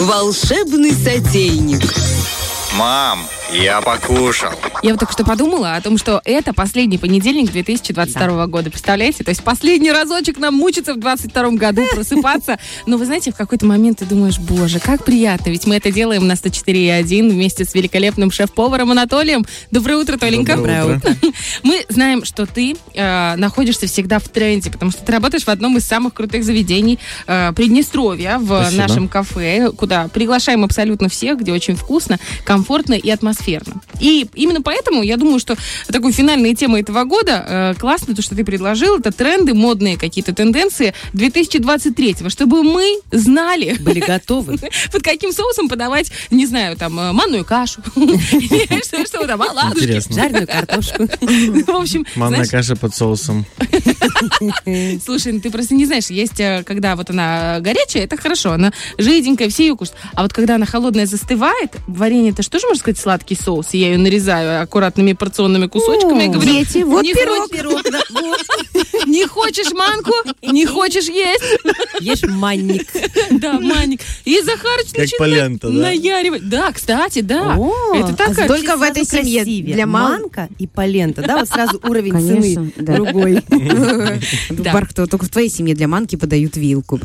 Волшебный сотейник. Мам, я покушал. Я вот только что подумала о том, что это последний понедельник 2022 года. Представляете? То есть последний разочек нам мучиться в 2022 году, просыпаться. Но вы знаете, в какой-то момент ты думаешь, боже, как приятно. Ведь мы это делаем на 104.1 вместе с великолепным шеф-поваром Анатолием. Доброе утро, Толенька. Доброе утро. Мы знаем, что ты находишься всегда в тренде, потому что ты работаешь в одном из самых крутых заведений Приднестровья, в нашем кафе, куда приглашаем абсолютно всех, где очень вкусно, комфортно и атмосферно. И именно поэтому я думаю, что такой финальной темой этого года классно то, что ты предложил, это тренды, модные какие-то тенденции 2023-го, чтобы мы знали... Были готовы. Под каким соусом подавать, не знаю, там, манную кашу, что там, оладушки. Жареную картошку. В общем, манная каша под соусом. Слушай, ну ты просто не знаешь, есть, когда вот она горячая, это хорошо, она жиденькая, все ее кушают. А вот когда она холодная застывает, варенье, это что же, можно сказать, сладкий соус? И я ее нарезаю аккуратными порционными кусочками. Говорю, дети, вот пирог. Не хочешь манку? Не хочешь есть? Ешь манник. Да, манник. И Захарыч Как начинает полента, да? наяривать. Да, кстати, да. Это так. Только в этой семье для манка и полента, да, вот сразу уровень Конечно, цены да. другой. Бархтова, только в твоей семье для манки подают вилку.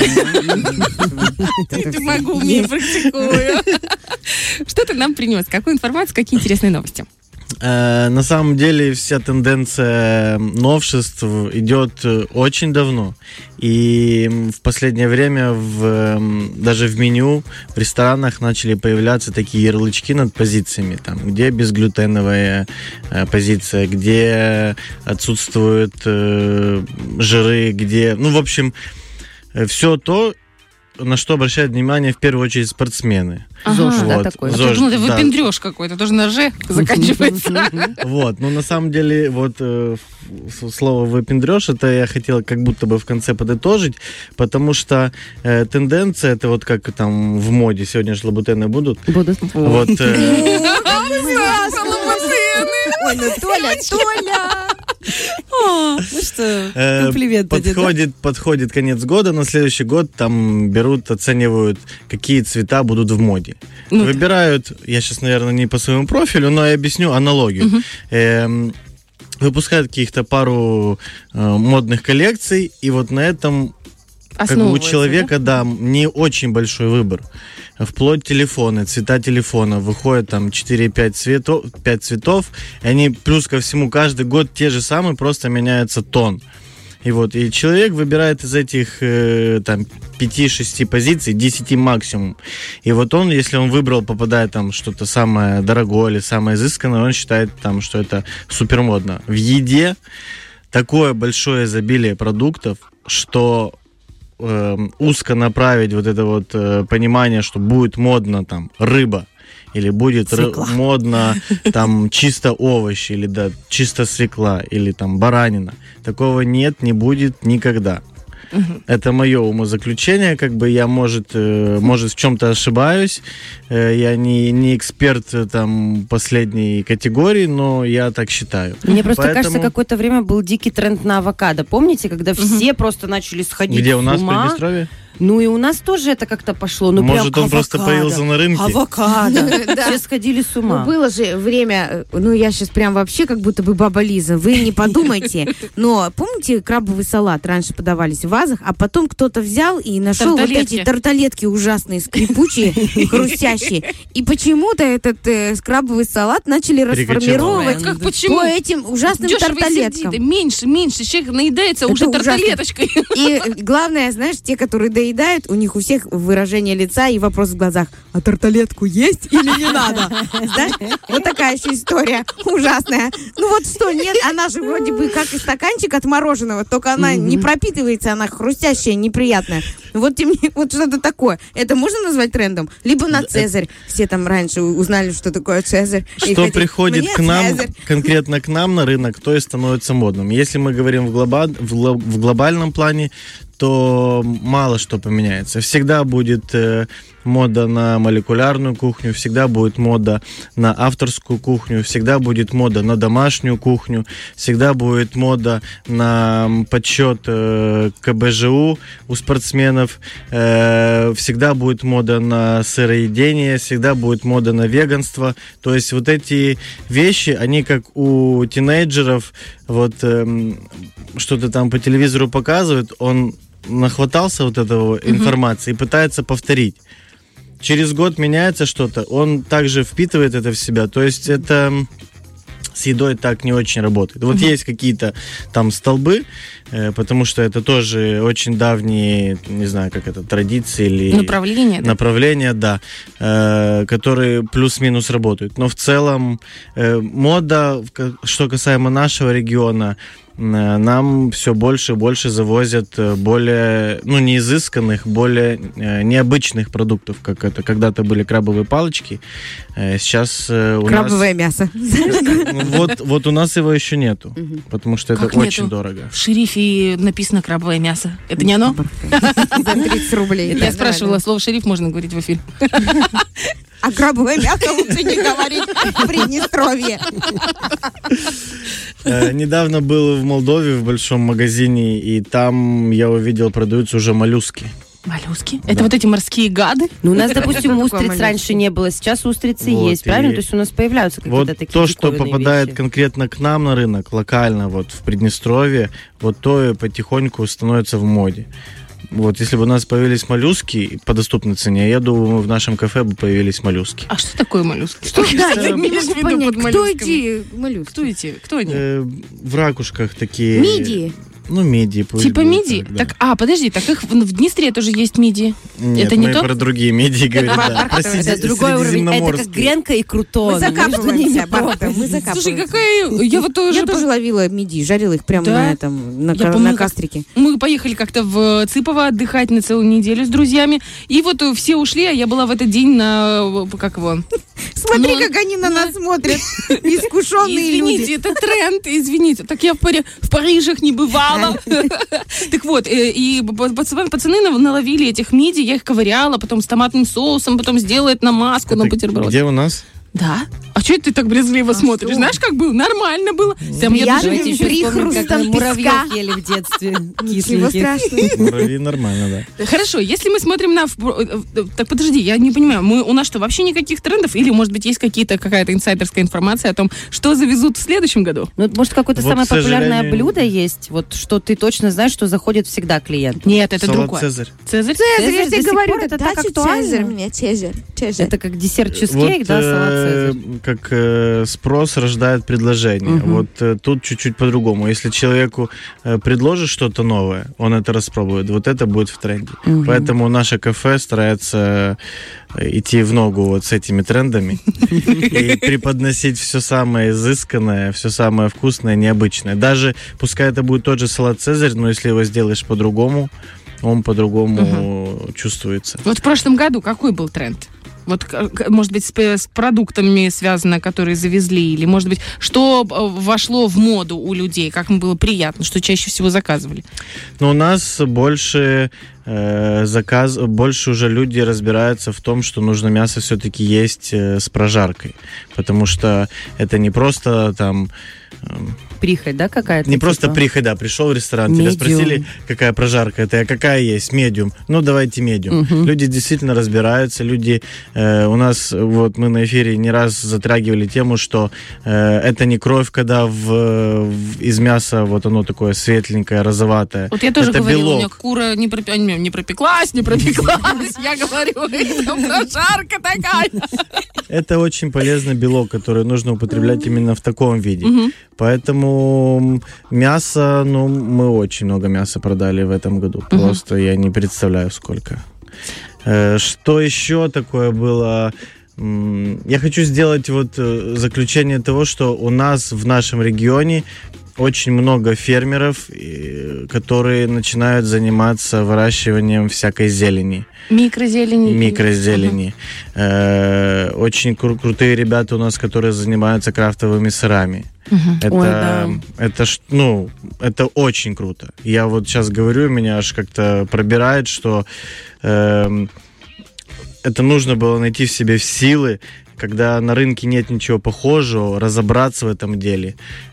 Ты могу, умею, практикую. Что ты нам принес? Какую информацию, какие интересные новости? На самом деле вся тенденция новшеств идет очень давно. И в последнее время даже в меню в ресторанах начали появляться такие ярлычки над позициями, там, где безглютеновая позиция, где отсутствуют жиры, где... Ну, в общем, все то, на что обращают внимание в первую очередь спортсмены. ЗОЖ, Вот. да, такой? А тут это выпендрёж какой-то, тоже на «ж» заканчивается. Вот, но на самом деле вот слово «выпендрёж» это я хотел как будто бы в конце подытожить, потому что тенденция, это вот как там в моде, сегодня же лабутены будут. Будут. Вот. Ой, ну Толя! Ну что, комплимент один, Подходит конец года, на следующий год там берут, оценивают, какие цвета будут в моде. Выбирают, я сейчас, наверное, не по своему профилю, но я объясню аналогию. Выпускают каких-то пару модных коллекций, и вот на этом как бы у человека, да, не очень большой выбор. Вплоть телефоны, цвета телефона. Выходят там 4-5 цветов, и они плюс ко всему каждый год те же самые, просто меняется тон. И человек выбирает из этих там 5-6 позиций 10 максимум. И вот он, если он выбрал, попадает там что-то самое дорогое или самое изысканное, он считает там, что это супермодно. В еде такое большое изобилие продуктов, что узко направить вот это вот понимание, что будет модно там рыба, или будет модно там чисто овощи, или да, чисто свекла, или там баранина. Такого нет, не будет никогда. Это мое умозаключение, как бы я, может в чем-то ошибаюсь, я не эксперт там последней категории, но я так считаю. Мне просто кажется, какое-то время был дикий тренд на авокадо. Помните, когда все просто начали сходить Где с ума? у нас в Приднестровье? Ну и у нас тоже это как-то пошло. Ну, может, прям он просто появился на рынке? Авокадо. Все сходили с ума. Было же время, я сейчас прям вообще как будто бы баба Лиза, вы не подумайте, но помните, крабовый салат раньше подавались в вазах, а потом кто-то взял и нашел вот эти тарталетки ужасные, скрипучие, хрустящие, и почему-то этот крабовый салат начали расформировать Как почему? по этим ужасным тарталеткам. Меньше, человек наедается уже тарталеточкой. И главное, знаешь, те, которые доедают, у них у всех выражение лица и вопрос в глазах. А тарталетку есть или не надо? Знаешь, вот такая еще история ужасная. Ну вот что, нет, она же вроде бы как и стаканчик от мороженого, только она не пропитывается, она хрустящая, неприятная. Вот что-то такое. Это можно назвать трендом? Либо на Цезарь. Все там раньше узнали, что такое Цезарь. Что приходит к нам, конкретно к нам на рынок, то и становится модным. Если мы говорим в глобальном плане, то мало что поменяется. Всегда будет мода на молекулярную кухню, всегда будет мода на авторскую кухню, всегда будет мода на домашнюю кухню, всегда будет мода на подсчет КБЖУ у спортсменов, всегда будет мода на сыроедение, всегда будет мода на веганство. То есть вот эти вещи, они как у тинейджеров, вот что-то там по телевизору показывают, он нахватался вот этого информации и пытается повторить. Через год меняется что-то, он также впитывает это в себя. То есть это с едой так не очень работает. Вот есть какие-то там столбы, потому что это тоже очень давние, не знаю, как это, традиции или... Направления, да, которые плюс-минус работают. Но в целом мода, что касаемо нашего региона, нам все больше и больше завозят более, не изысканных, более необычных продуктов, как это когда-то были крабовые палочки. Сейчас у крабовое мясо. Вот у нас его еще нету, потому что это очень дорого. В шерифе написано крабовое мясо. Это не оно? За 30 рублей. Я спрашивала, слово шериф можно говорить в эфире. А крабовое мясо лучше не говорить в Приднестровье. Недавно был в Молдове в большом магазине, и там я увидел, продаются уже моллюски. Моллюски? Да. Это вот эти морские гады? Ну, у нас, допустим, устриц раньше не было, сейчас устрицы есть, правильно? То есть у нас появляются какие-то такие то, что попадает конкретно к нам на рынок, локально, вот в Приднестровье, вот то потихоньку становится в моде. Вот, если бы у нас появились моллюски по доступной цене, я думаю, в нашем кафе бы появились моллюски. А что такое моллюски? Что ты имеешь в виду под моллюсками? Кто эти моллюски? Кто они? В ракушках такие. Мидии? Мидии. Типа мидии? Да. Подожди, так их в Днестре тоже есть мидии. Нет, это не то? Про другие мидии говорим, да. Простите, это другой уровень. Это как гренка и крутон. Мы закапываемся, Барта, мы закапываемся. Слушай, какая... Я тоже ловила мидии, жарила их прямо на кастрике. Мы поехали как-то в Цыпово отдыхать на целую неделю с друзьями, и вот все ушли, а я была в этот день на... Как его? Смотри, как они на нас смотрят. Искушенные люди. Извините, это тренд, извините. Так я в Парижах не бывала. Так вот, и пацаны наловили этих мидий, я их ковыряла, потом с томатным соусом, потом сделала это на маску, на бутерброд. Где у нас? Да. А что ты так брезгливо смотришь? Знаешь, как было? Нормально было. Там я даже прихрустом муравьев ели в детстве. Ничего страшного. Муравьи нормально, да. Хорошо, если мы смотрим на... Так, подожди, я не понимаю, у нас что, вообще никаких трендов? Или, может быть, есть какая-то инсайдерская информация о том, что завезут в следующем году? Ну, может, какое-то самое популярное блюдо есть? Вот, что ты точно знаешь, что заходит всегда клиент? Нет, это другое. Цезарь. Цезарь, я тебе говорю, это так актуально. Цезарь. Это как десерт чизкейк, да, салат Цезарь. Как спрос рождает предложение. Вот тут чуть-чуть по-другому. Если человеку предложишь что-то новое, он это распробует. Вот это будет в тренде. Поэтому наше кафе старается идти в ногу вот с этими трендами и преподносить все самое изысканное, все самое вкусное, необычное. Даже пускай это будет тот же салат Цезарь, но если его сделаешь по-другому, он по-другому чувствуется. Вот в прошлом году какой был тренд? Вот, может быть, с продуктами связано, которые завезли, или, может быть, что вошло в моду у людей, как им было приятно, что чаще всего заказывали? Ну, у нас больше уже люди разбираются в том, что нужно мясо все-таки есть с прожаркой, потому что это не просто там... Прихоть, да, какая-то? Не просто прихоть, да. Пришел в ресторан, тебя спросили, какая прожарка. Это какая есть? Медиум. Ну, давайте медиум. Люди действительно разбираются. Люди... у нас, вот мы на эфире не раз затрагивали тему, что это не кровь, когда из мяса вот оно такое светленькое, розоватое. Вот я тоже это говорила, белок. у меня кура не пропеклась. Я говорю, это прожарка такая. Это очень полезный белок, который нужно употреблять именно в таком виде. Поэтому мясо, мы очень много мяса продали в этом году. Просто я не представляю, сколько. Что еще такое было? Я хочу сделать вот заключение того, что у нас в нашем регионе очень много фермеров, которые начинают заниматься выращиванием всякой зелени. Микрозелени. Очень крутые ребята у нас, которые занимаются крафтовыми сырами. Это очень круто. Я вот сейчас говорю, меня аж как-то пробирает, что это нужно было найти в себе силы, когда на рынке нет ничего похожего, разобраться в этом деле,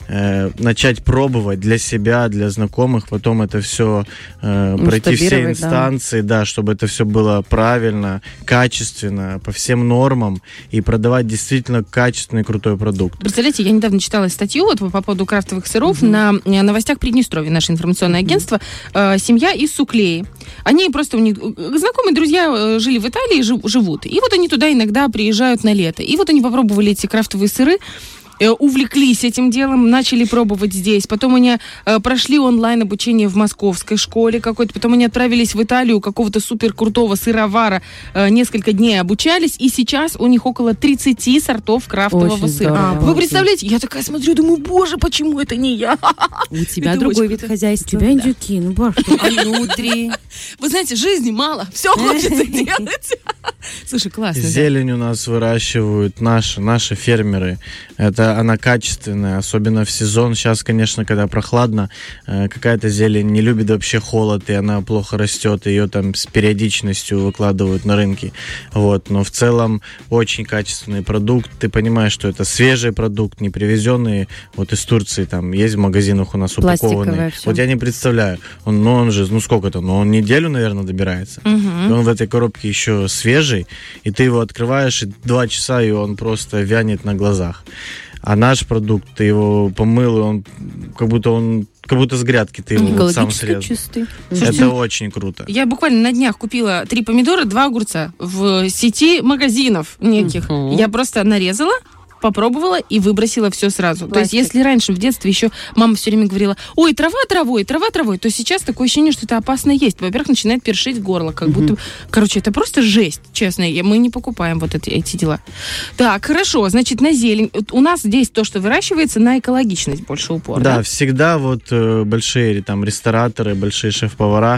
начать пробовать для себя, для знакомых, потом это все пройти все инстанции, да, чтобы это все было правильно, качественно, по всем нормам и продавать действительно качественный крутой продукт. Представляете, я недавно читала статью вот по поводу крафтовых сыров на новостях Приднестровья, наше информационное агентство, семья из Суклеи. Они просто, у них знакомые друзья жили в Италии, живут, и вот они туда иногда приезжают на лето. И вот они попробовали эти крафтовые сыры, увлеклись этим делом, начали пробовать здесь. Потом они прошли онлайн-обучение в московской школе какой-то. Потом они отправились в Италию, какого-то суперкрутого сыровара. Несколько дней обучались. И сейчас у них около 30 сортов крафтового сыра. Вы представляете? Я такая смотрю, думаю, боже, почему это не я? У тебя другой вид хозяйства. У тебя индюки, ну, башка. А внутри? Вы знаете, жизни мало. Все хочется делать. Слушай, классно. Зелень у нас выращивают наши фермеры. Она качественная, особенно в сезон. Сейчас, конечно, когда прохладно, какая-то зелень не любит вообще холод, и она плохо растет, ее там с периодичностью выкладывают на рынке. Вот. Но в целом очень качественный продукт. Ты понимаешь, что это свежий продукт, не привезенный вот из Турции. Там есть в магазинах у нас упакованный. Вот я не представляю. Он же, сколько-то, он неделю, наверное, добирается. И он в этой коробке еще свежий, и ты его открываешь, и 2 часа, и он просто вянет на глазах. А наш продукт, ты его помыл, и он как будто с грядки ты его вот сам срезал. Чистый. Это очень круто. Я буквально на днях купила 3 помидора, 2 огурца в сети магазинов неких. Я просто нарезала, попробовала и выбросила все сразу. То есть, если раньше в детстве еще мама все время говорила, ой, трава травой, то сейчас такое ощущение, что это опасно есть. Во-первых, начинает першить горло, как будто... Короче, это просто жесть, честно. Мы не покупаем вот эти дела. Так, хорошо, значит, на зелень. У нас здесь то, что выращивается, на экологичность больше упор, да? Да, всегда вот большие там рестораторы, большие шеф-повара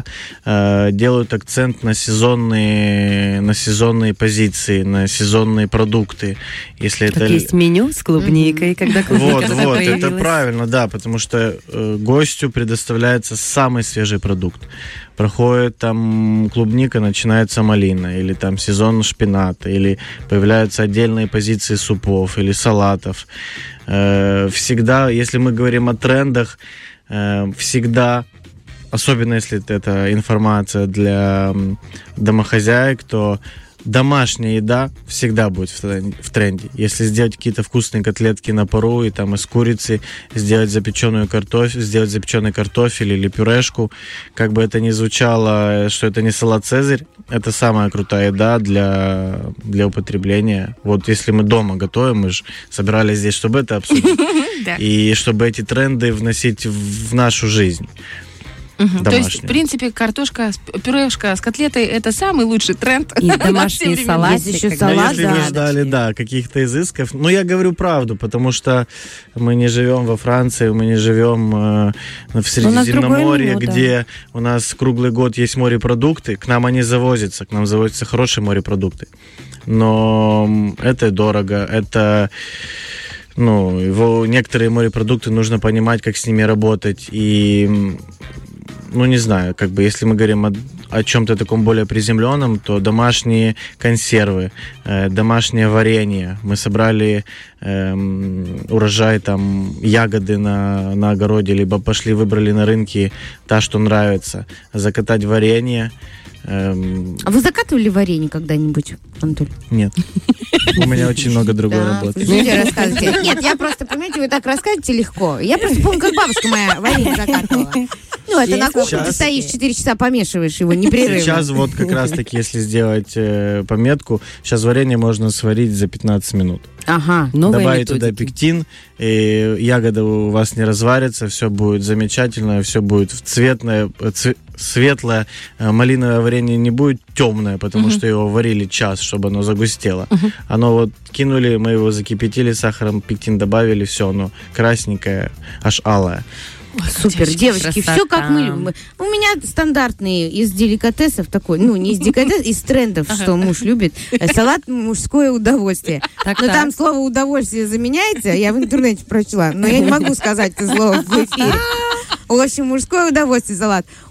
делают акцент на сезонные позиции, на сезонные продукты. Если это... Есть меню с клубникой, когда клубника появилась. Это правильно, да, потому что гостю предоставляется самый свежий продукт. Проходит там клубника, начинается малина, или там сезон шпината, или появляются отдельные позиции супов или салатов. Всегда, если мы говорим о трендах, всегда, особенно если это информация для домохозяек, то домашняя еда всегда будет в тренде. Если сделать какие-то вкусные котлетки на пару и там из курицы сделать запеченный картофель или пюрешку, как бы это ни звучало, что это не салат «Цезарь», это самая крутая еда для употребления. Вот если мы дома готовим, мы же собирались здесь, чтобы это обсудить, и чтобы эти тренды вносить в нашу жизнь. То есть, в принципе, картошка, пюрешка с котлетой – это самый лучший тренд. И домашний салат. Еще салат, если вы ждали, каких-то изысков. Но я говорю правду, потому что мы не живем во Франции, мы не живем в Средиземноморье, где у нас круглый год есть морепродукты. К нам они завозятся, к нам завозятся хорошие морепродукты. Но это дорого, это... некоторые морепродукты нужно понимать, как с ними работать. И... не знаю, если мы говорим о чем-то таком более приземленном, то домашние консервы, домашнее варенье. Мы собрали урожай, там, ягоды на огороде, либо выбрали на рынке та, что нравится. Закатать варенье. А вы закатывали варенье когда-нибудь, Антон? Нет. У меня очень много другой работы. Рассказывайте. Нет, я просто, понимаете, вы так рассказываете легко. Я просто помню, как бабушка моя варенье закатывала. Это на кухне ты стоишь 4 часа, помешиваешь его непрерывно. Сейчас вот как раз-таки, если сделать пометку, сейчас варенье можно сварить за 15 минут. Ага. Добавить туда пектин, и ягода у вас не разварится, все будет замечательно, все будет светлое, малиновое варенье не будет темное, потому что его варили час, чтобы оно загустело. Оно вот кинули, мы его закипятили сахаром, пектин добавили, все, оно красненькое, аж алое. Супер, девочки, все как мы любим. У меня стандартный из деликатесов такой, не из деликатесов, из трендов, что муж любит. Салат «Мужское удовольствие». Но там слово «удовольствие» заменяется, я в интернете прочла, но я не могу сказать это слово в эфире. В общем, «Мужское удовольствие» салат.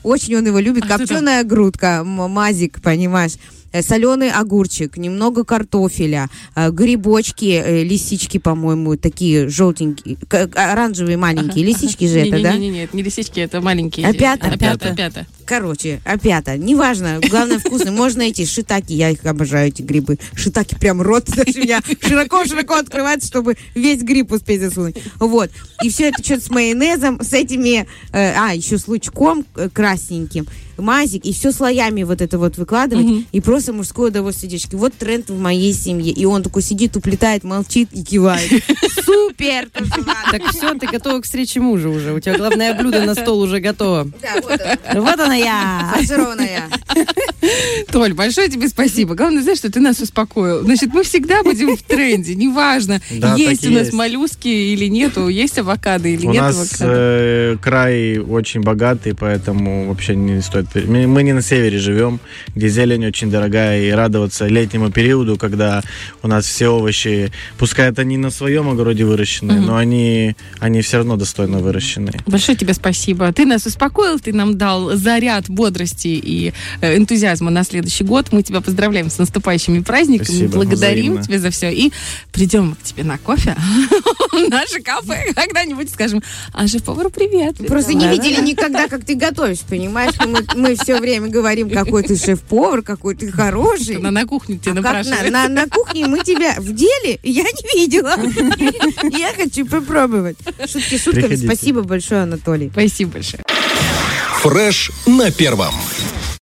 Очень он его любит. Копченая грудка, мазик, понимаешь. Соленый огурчик, немного картофеля, грибочки, лисички, по-моему, такие желтенькие, оранжевые маленькие. Лисички же это, да? Нет, не лисички, это маленькие. Опята. Короче, опята. Неважно, главное вкусно. Можно эти шитаки, я их обожаю, эти грибы. Шитаки прям рот даже у меня широко-широко открывается, чтобы весь гриб успеть засунуть. Вот. И все это что-то с майонезом, с этими, еще с лучком красненьким, мазик, и все слоями вот это вот выкладывать, и просто мужское удовольствие, девочки. Вот тренд в моей семье. И он такой сидит, уплетает, молчит и кивает. Супер! Так все, ты готова к встрече мужа уже. У тебя главное блюдо на стол уже готово. Да, вот она. Вот она я. Фаршированная. Толь, большое тебе спасибо. Главное, знаешь, что ты нас успокоил. Значит, мы всегда будем в тренде. Неважно, есть у нас моллюски или нету, есть авокадо или нет авокадо. У нас край очень богатый, поэтому вообще не стоит... Мы не на севере живем, где зелень очень дорогая, и радоваться летнему периоду, когда у нас все овощи, пускай это не на своем огороде выращенные, но они все равно достойно выращенные. Большое тебе спасибо. Ты нас успокоил, ты нам дал заряд бодрости и энтузиазма на следующий год. Мы тебя поздравляем с наступающими праздниками. Спасибо, благодарим взаимно. тебя за все. И придем к тебе на кофе в наше кафе когда-нибудь, скажем: а шеф-повар, привет. Просто не видели никогда, как ты готовишь, понимаешь? Мы все время говорим, какой ты шеф-повар, какой ты хороший. На кухню тебя напрашивают. На кухне мы тебя в деле я не видела. Я хочу попробовать. Шутки шутками. Приходите. Спасибо большое, Анатолий. Спасибо большое. Фреш на первом.